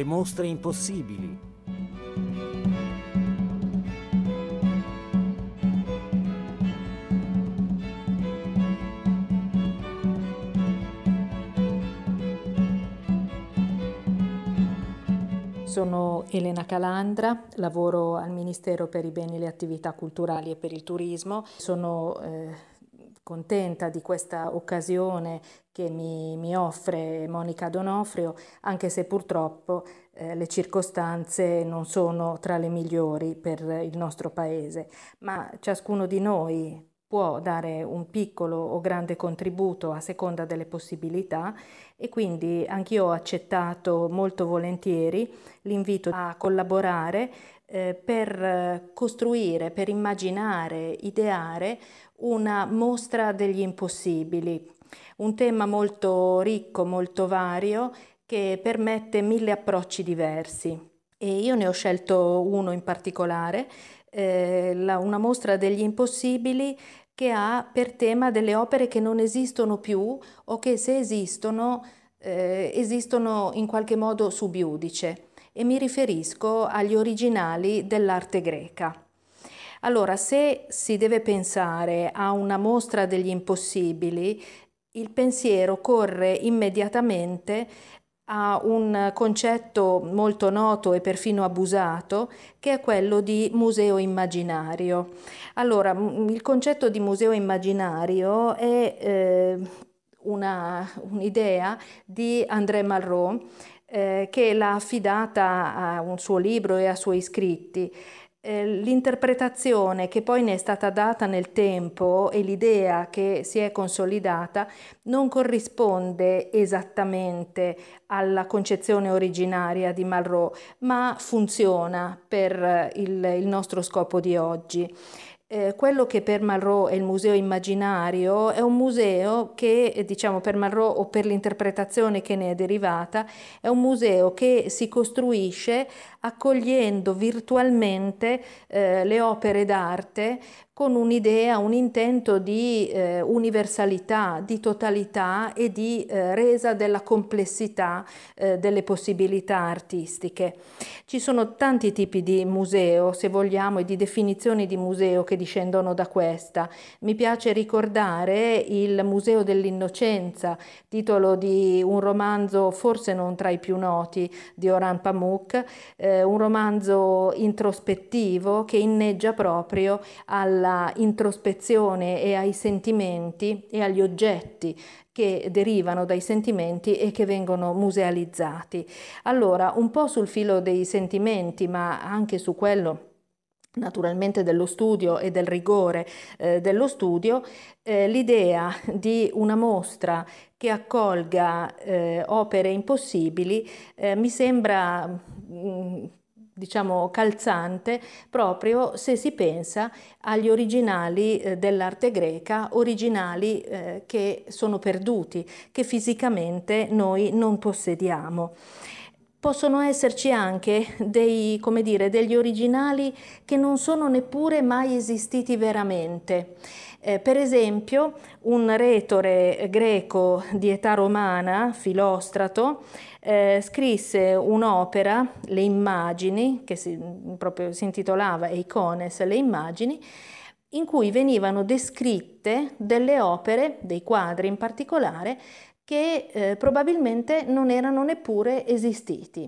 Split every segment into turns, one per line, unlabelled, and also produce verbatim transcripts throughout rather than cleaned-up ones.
le mostre impossibili.
Sono Elena Calandra, lavoro al Ministero per i beni e le attività culturali e per il turismo. Sono eh, contenta di questa occasione che mi, mi offre Monica D'Onofrio, anche se purtroppo eh, le circostanze non sono tra le migliori per il nostro Paese, ma ciascuno di noi può dare un piccolo o grande contributo a seconda delle possibilità, e quindi anch'io ho accettato molto volentieri l'invito a collaborare eh, per costruire, per immaginare, ideare una mostra degli impossibili, un tema molto ricco, molto vario, che permette mille approcci diversi. E io ne ho scelto uno in particolare, eh, la, una mostra degli impossibili che ha per tema delle opere che non esistono più o che, se esistono, eh, esistono in qualche modo sub iudice, e mi riferisco agli originali dell'arte greca. Allora, se si deve pensare a una mostra degli impossibili, il pensiero corre immediatamente a un concetto molto noto e perfino abusato, che è quello di museo immaginario. Allora, il concetto di museo immaginario è eh, una, un'idea di André Malraux, eh, che l'ha affidata a un suo libro e a suoi scritti. L'interpretazione che poi ne è stata data nel tempo e l'idea che si è consolidata non corrisponde esattamente alla concezione originaria di Malraux, ma funziona per il, il nostro scopo di oggi. Eh, quello che per Malraux è il museo immaginario è un museo che, diciamo, per Malraux, o per l'interpretazione che ne è derivata, è un museo che si costruisce accogliendo virtualmente eh, le opere d'arte con un'idea, un intento di eh, universalità, di totalità e di eh, resa della complessità eh, delle possibilità artistiche. Ci sono tanti tipi di museo, se vogliamo, e di definizioni di museo che discendono da questa. Mi piace ricordare il Museo dell'Innocenza, titolo di un romanzo forse non tra i più noti di Orhan Pamuk, eh, un romanzo introspettivo che inneggia proprio alla introspezione e ai sentimenti e agli oggetti che derivano dai sentimenti e che vengono musealizzati. Allora, un po' sul filo dei sentimenti, ma anche su quello naturalmente dello studio e del rigore eh, dello studio, eh, l'idea di una mostra che accolga eh, opere impossibili eh, mi sembra mh, diciamo calzante, proprio se si pensa agli originali eh, dell'arte greca, originali eh, che sono perduti, che fisicamente noi non possediamo. Possono esserci anche dei, come dire, degli originali che non sono neppure mai esistiti veramente. Eh, per esempio, un retore greco di età romana, Filostrato, eh, scrisse un'opera, Le Immagini, che si, proprio si intitolava Eikones, le immagini, in cui venivano descritte delle opere, dei quadri in particolare, che eh, probabilmente non erano neppure esistiti.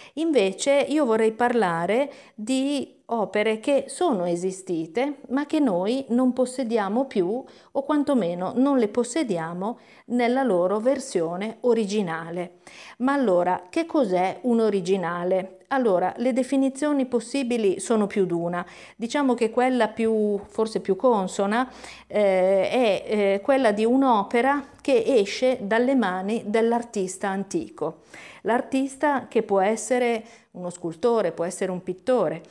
Invece io vorrei parlare di opere che sono esistite, ma che noi non possediamo più, o quantomeno non le possediamo nella loro versione originale. Ma allora, che cos'è un originale? Allora, le definizioni possibili sono più d'una. Diciamo che quella più, forse più consona, eh, è eh, quella di un'opera che esce dalle mani dell'artista antico. L'artista, che può essere uno scultore, può essere un pittore.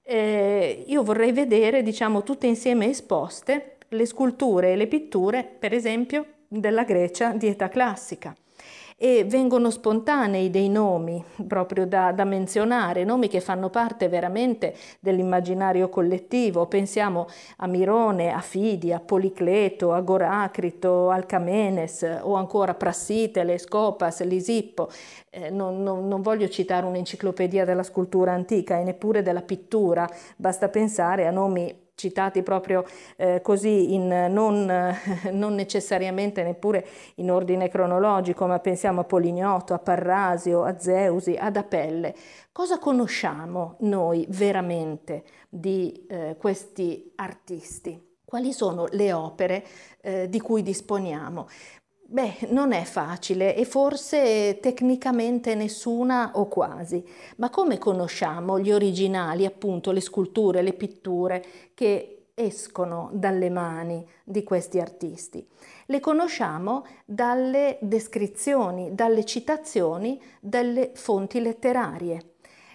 Eh, io vorrei vedere, diciamo, tutte insieme esposte le sculture e le pitture, per esempio, della Grecia di età classica. e vengono spontanei dei nomi proprio da, da menzionare, nomi che fanno parte veramente dell'immaginario collettivo. Pensiamo a Mirone, a Fidia, a Policleto, a Goracrito, Alcamenes o ancora Prassitele, Scopas, Lisippo. Eh, non, non, non voglio citare un'enciclopedia della scultura antica e neppure della pittura, basta pensare a nomi citati proprio eh, così, in, non, eh, non necessariamente neppure in ordine cronologico, ma pensiamo a Polignoto, a Parrasio, a Zeusi, ad Apelle. Cosa conosciamo noi veramente di eh, questi artisti? Quali sono le opere eh, di cui disponiamo? Beh, non è facile e forse tecnicamente nessuna o quasi, ma come conosciamo gli originali, appunto le sculture, le pitture che escono dalle mani di questi artisti? Le conosciamo dalle descrizioni, dalle citazioni delle fonti letterarie,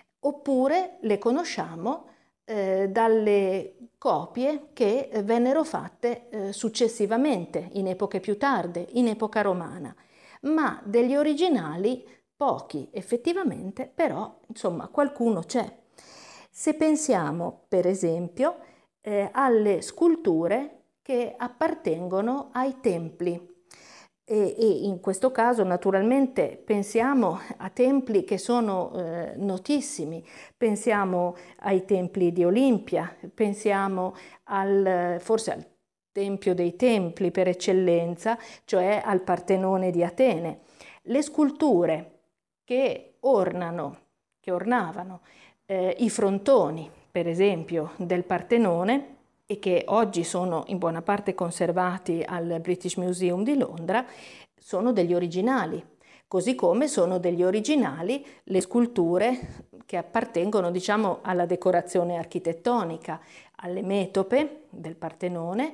oppure le conosciamo eh, dalle copie che vennero fatte eh, successivamente, in epoche più tarde, in epoca romana, ma degli originali pochi effettivamente, però insomma qualcuno c'è. Se pensiamo per esempio eh, alle sculture che appartengono ai templi, e, e in questo caso naturalmente pensiamo a templi che sono eh, notissimi, pensiamo ai templi di Olimpia, pensiamo al, forse al Tempio dei Templi per eccellenza, cioè al Partenone di Atene. Le sculture che ornano, che ornavano eh, i frontoni, per esempio, del Partenone, e che oggi sono in buona parte conservati al British Museum di Londra, sono degli originali, così come sono degli originali le sculture che appartengono, diciamo, alla decorazione architettonica, alle metope del Partenone,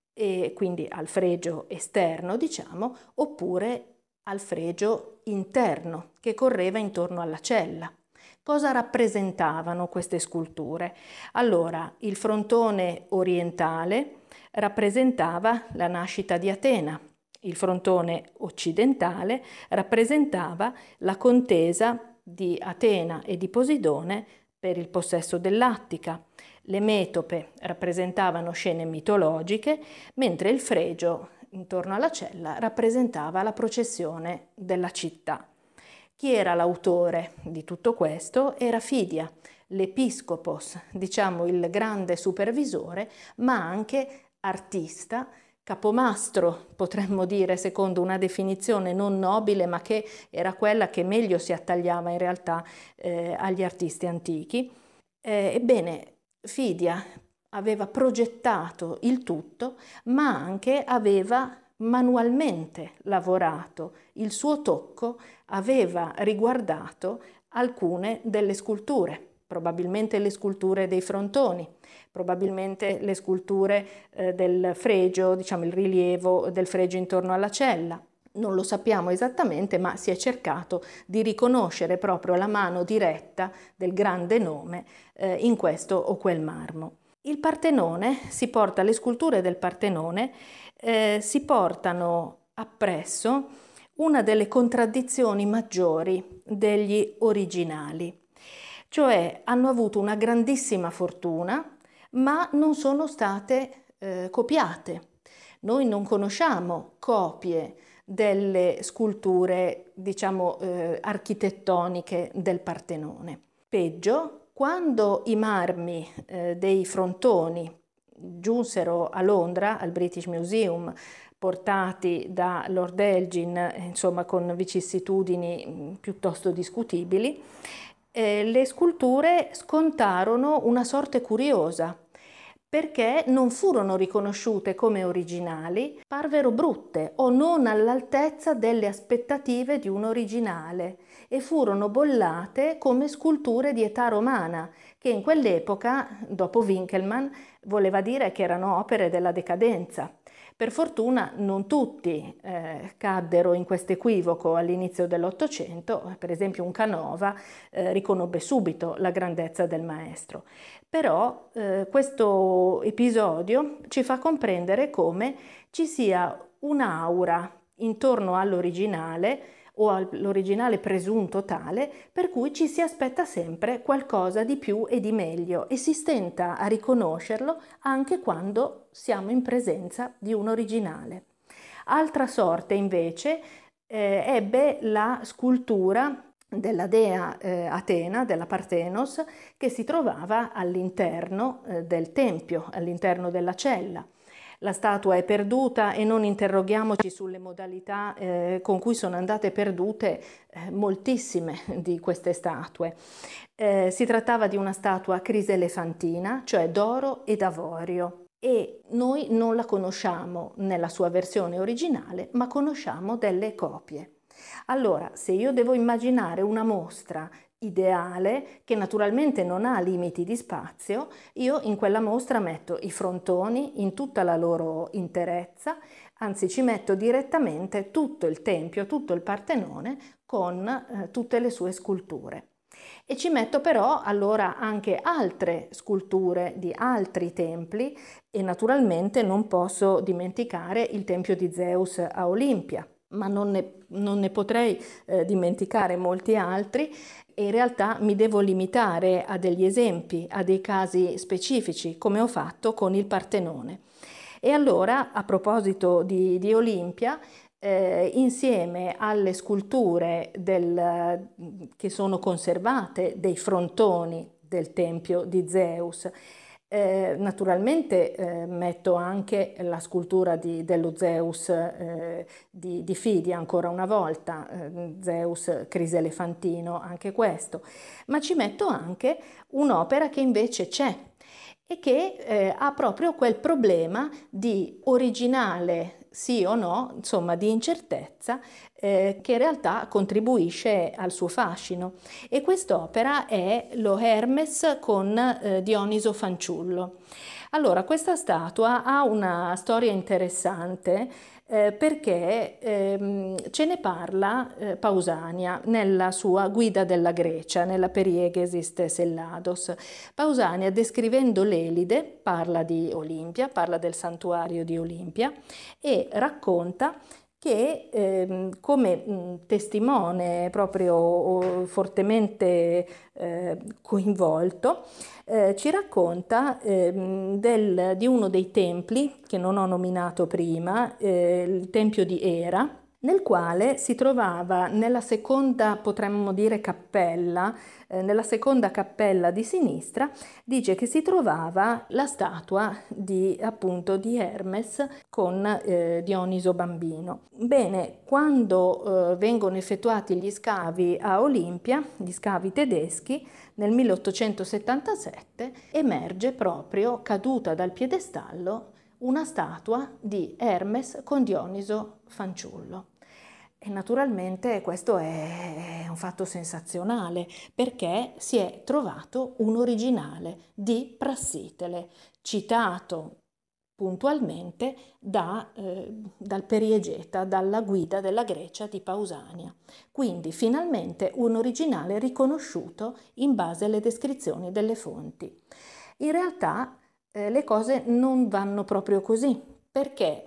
e quindi al fregio esterno, diciamo, oppure al fregio interno che correva intorno alla cella. Cosa rappresentavano queste sculture? Allora, il frontone orientale rappresentava la nascita di Atena, il frontone occidentale rappresentava la contesa di Atena e di Posidone per il possesso dell'Attica. Le metope rappresentavano scene mitologiche, mentre il fregio intorno alla cella rappresentava la processione della città. Chi era l'autore di tutto questo? Era Fidia, l'episcopos, diciamo il grande supervisore, ma anche artista, capomastro, potremmo dire, secondo una definizione non nobile, ma che era quella che meglio si attagliava in realtà eh, agli artisti antichi. Eh, ebbene, Fidia aveva progettato il tutto, ma anche aveva manualmente lavorato, il suo tocco aveva riguardato alcune delle sculture, probabilmente le sculture dei frontoni, probabilmente le sculture eh, del fregio, diciamo il rilievo del fregio intorno alla cella. Non lo sappiamo esattamente, ma si è cercato di riconoscere proprio la mano diretta del grande nome eh, in questo o quel marmo. Il Partenone si porta, le sculture del Partenone eh, si portano appresso una delle contraddizioni maggiori degli originali, cioè hanno avuto una grandissima fortuna, ma non sono state eh, copiate. Noi non conosciamo copie delle sculture, diciamo, eh, architettoniche del Partenone. Peggio, quando i marmi eh, dei frontoni giunsero a Londra, al British Museum, portati da Lord Elgin, insomma con vicissitudini piuttosto discutibili, eh, le sculture scontarono una sorte curiosa, perché non furono riconosciute come originali, parvero brutte o non all'altezza delle aspettative di un originale e furono bollate come sculture di età romana, che in quell'epoca, dopo Winkelmann, voleva dire che erano opere della decadenza. Per fortuna non tutti eh, caddero in questo equivoco all'inizio dell'Ottocento, per esempio un Canova eh, riconobbe subito la grandezza del maestro. Però eh, questo episodio ci fa comprendere come ci sia un'aura intorno all'originale o all'originale presunto tale, per cui ci si aspetta sempre qualcosa di più e di meglio e si stenta a riconoscerlo anche quando siamo in presenza di un originale. Altra sorte invece eh, ebbe la scultura della dea eh, Atena, della Parthenos, che si trovava all'interno eh, del tempio, all'interno della cella. La statua è perduta e non interroghiamoci sulle modalità eh, con cui sono andate perdute eh, moltissime di queste statue. Eh, si trattava di una statua criselefantina, cioè d'oro ed avorio, e noi non la conosciamo nella sua versione originale, ma conosciamo delle copie. Allora, se io devo immaginare una mostra ideale, che naturalmente non ha limiti di spazio, io in quella mostra metto i frontoni in tutta la loro interezza, anzi ci metto direttamente tutto il tempio, tutto il Partenone con eh, tutte le sue sculture. E ci metto però allora anche altre sculture di altri templi e naturalmente non posso dimenticare il tempio di Zeus a Olimpia, ma non ne, non ne potrei eh, dimenticare molti altri e in realtà mi devo limitare a degli esempi, a dei casi specifici, come ho fatto con il Partenone. E allora, a proposito di, di Olimpia, eh, insieme alle sculture del, che sono conservate dei frontoni del tempio di Zeus, Eh, naturalmente eh, metto anche la scultura di, dello Zeus eh, di, di Fidia, ancora una volta, eh, Zeus criselefantino, anche questo, ma ci metto anche un'opera che invece c'è e che eh, ha proprio quel problema di originale sì o no, insomma di incertezza, eh, che in realtà contribuisce al suo fascino. E quest'opera è lo Hermes con eh, Dioniso fanciullo. Allora, questa statua ha una storia interessante eh, perché ehm, ce ne parla eh, Pausania nella sua Guida della Grecia, nella Periegesis Sellados. Pausania, descrivendo l'Elide, parla di Olimpia, parla del santuario di Olimpia e racconta che eh, come mh, testimone proprio fortemente eh, coinvolto eh, ci racconta eh, del, di uno dei templi che non ho nominato prima, eh, il tempio di Era, nel quale si trovava nella seconda, potremmo dire, cappella, eh, nella seconda cappella di sinistra, dice che si trovava la statua di, appunto, di Hermes con eh, Dioniso bambino. Bene, quando eh, vengono effettuati gli scavi a Olimpia, gli scavi tedeschi, nel milleottocentosettantasette emerge proprio, caduta dal piedestallo, una statua di Hermes con Dioniso fanciullo. E naturalmente questo è un fatto sensazionale perché si è trovato un originale di Prassitele, citato puntualmente da, eh, dal Periegeta, dalla Guida della Grecia di Pausania. Quindi finalmente un originale riconosciuto in base alle descrizioni delle fonti. In realtà eh, le cose non vanno proprio così, perché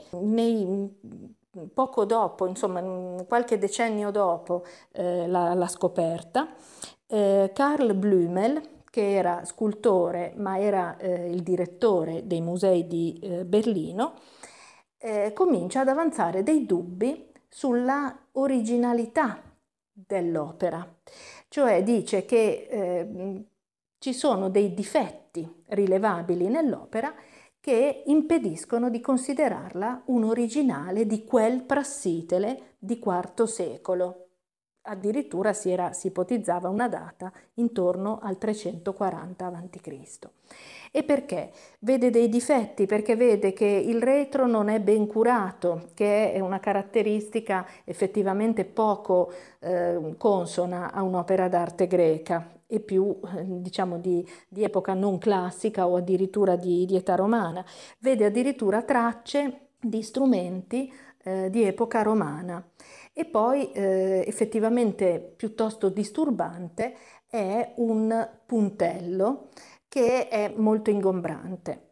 nei poco dopo, insomma qualche decennio dopo eh, la, la scoperta, eh, Carl Blümel, che era scultore ma era eh, il direttore dei musei di eh, Berlino, eh, comincia ad avanzare dei dubbi sulla originalità dell'opera, cioè dice che eh, ci sono dei difetti rilevabili nell'opera che impediscono di considerarla un originale di quel Prassitele di quarto secolo. Addirittura si, era, si ipotizzava una data intorno al trecentoquaranta avanti Cristo. E perché? Vede dei difetti, perché vede che il retro non è ben curato, che è una caratteristica effettivamente poco eh, consona a un'opera d'arte greca e più diciamo di, di epoca non classica o addirittura di, di età romana. Vede addirittura tracce di strumenti eh, di epoca romana. E poi eh, effettivamente piuttosto disturbante è un puntello che è molto ingombrante.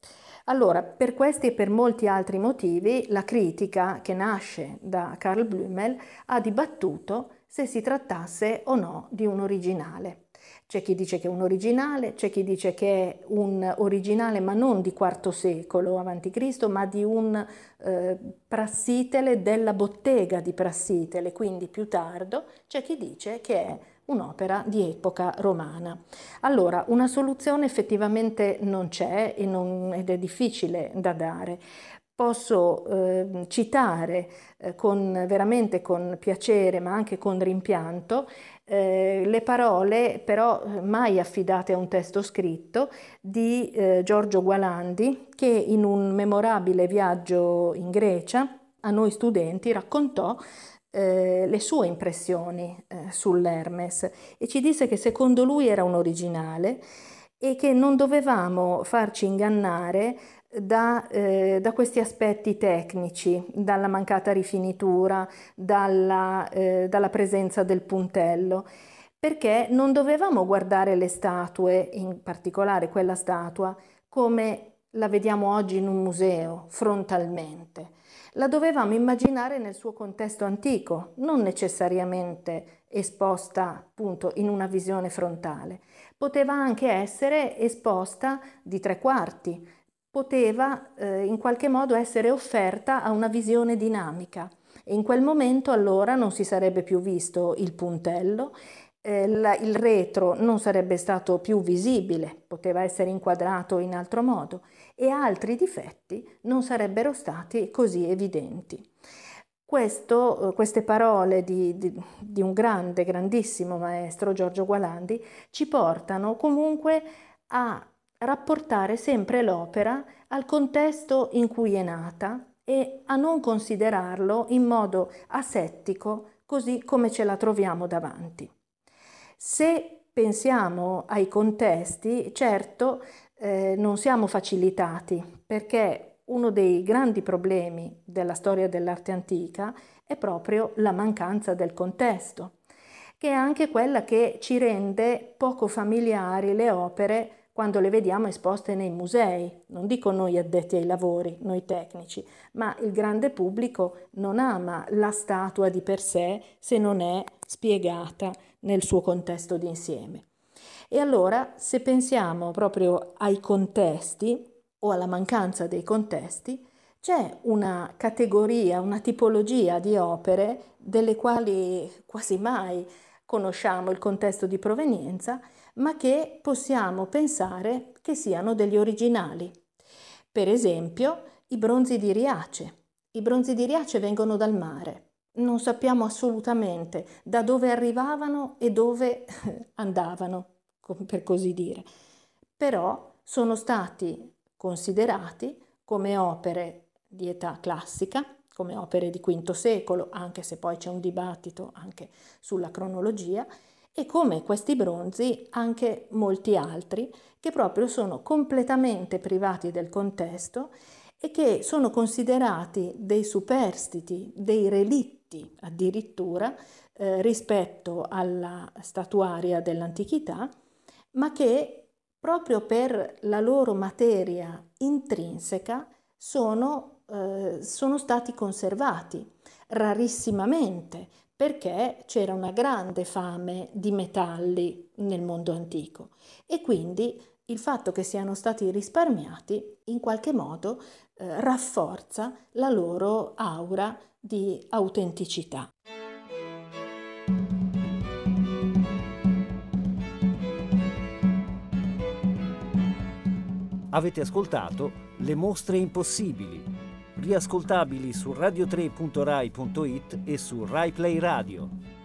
Allora, per questi e per molti altri motivi, la critica che nasce da Carl Blümel ha dibattuto se si trattasse o no di un originale. C'è chi dice che è un originale, c'è chi dice che è un originale ma non di quarto secolo avanti Cristo, ma di un eh, Prassitele della bottega di Prassitele, quindi più tardo. C'è chi dice che è un'opera di epoca romana. Allora, una soluzione effettivamente non c'è e non, ed è difficile da dare. Posso eh, citare eh, con, veramente con piacere, ma anche con rimpianto, eh, le parole, però mai affidate a un testo scritto, di eh, Giorgio Gualandi, che in un memorabile viaggio in Grecia a noi studenti raccontò eh, le sue impressioni eh, sull'Hermes e ci disse che secondo lui era un originale e che non dovevamo farci ingannare da, eh, da questi aspetti tecnici, dalla mancata rifinitura, dalla, eh, dalla presenza del puntello, perché non dovevamo guardare le statue, in particolare quella statua, come la vediamo oggi in un museo, frontalmente. La dovevamo immaginare nel suo contesto antico, non necessariamente esposta appunto in una visione frontale. Poteva anche essere esposta di tre quarti, poteva eh, in qualche modo essere offerta a una visione dinamica e in quel momento allora non si sarebbe più visto il puntello, eh, la, il retro non sarebbe stato più visibile, poteva essere inquadrato in altro modo e altri difetti non sarebbero stati così evidenti. Questo, queste parole di, di, di un grande, grandissimo maestro, Giorgio Gualandi, ci portano comunque a rapportare sempre l'opera al contesto in cui è nata e a non considerarlo in modo asettico, così come ce la troviamo davanti. Se pensiamo ai contesti, certo eh, non siamo facilitati, perché uno dei grandi problemi della storia dell'arte antica è proprio la mancanza del contesto, che è anche quella che ci rende poco familiari le opere quando le vediamo esposte nei musei. Non dico noi addetti ai lavori, noi tecnici, ma il grande pubblico non ama la statua di per sé se non è spiegata nel suo contesto d'insieme. E allora, se pensiamo proprio ai contesti o alla mancanza dei contesti, c'è una categoria, una tipologia di opere delle quali quasi mai conosciamo il contesto di provenienza, ma che possiamo pensare che siano degli originali. Per esempio, i bronzi di Riace. I bronzi di Riace vengono dal mare. Non sappiamo assolutamente da dove arrivavano e dove andavano, per così dire. Però sono stati considerati come opere di età classica, come opere di quinto secolo, anche se poi c'è un dibattito anche sulla cronologia, e come questi bronzi anche molti altri che proprio sono completamente privati del contesto e che sono considerati dei superstiti, dei relitti addirittura eh, rispetto alla statuaria dell'antichità, ma che proprio per la loro materia intrinseca sono, eh, sono stati conservati rarissimamente, perché c'era una grande fame di metalli nel mondo antico e quindi il fatto che siano stati risparmiati in qualche modo eh, rafforza la loro aura di autenticità.
Avete ascoltato Le mostre impossibili, riascoltabili su radio tre punto rai punto it e su Rai Play Radio.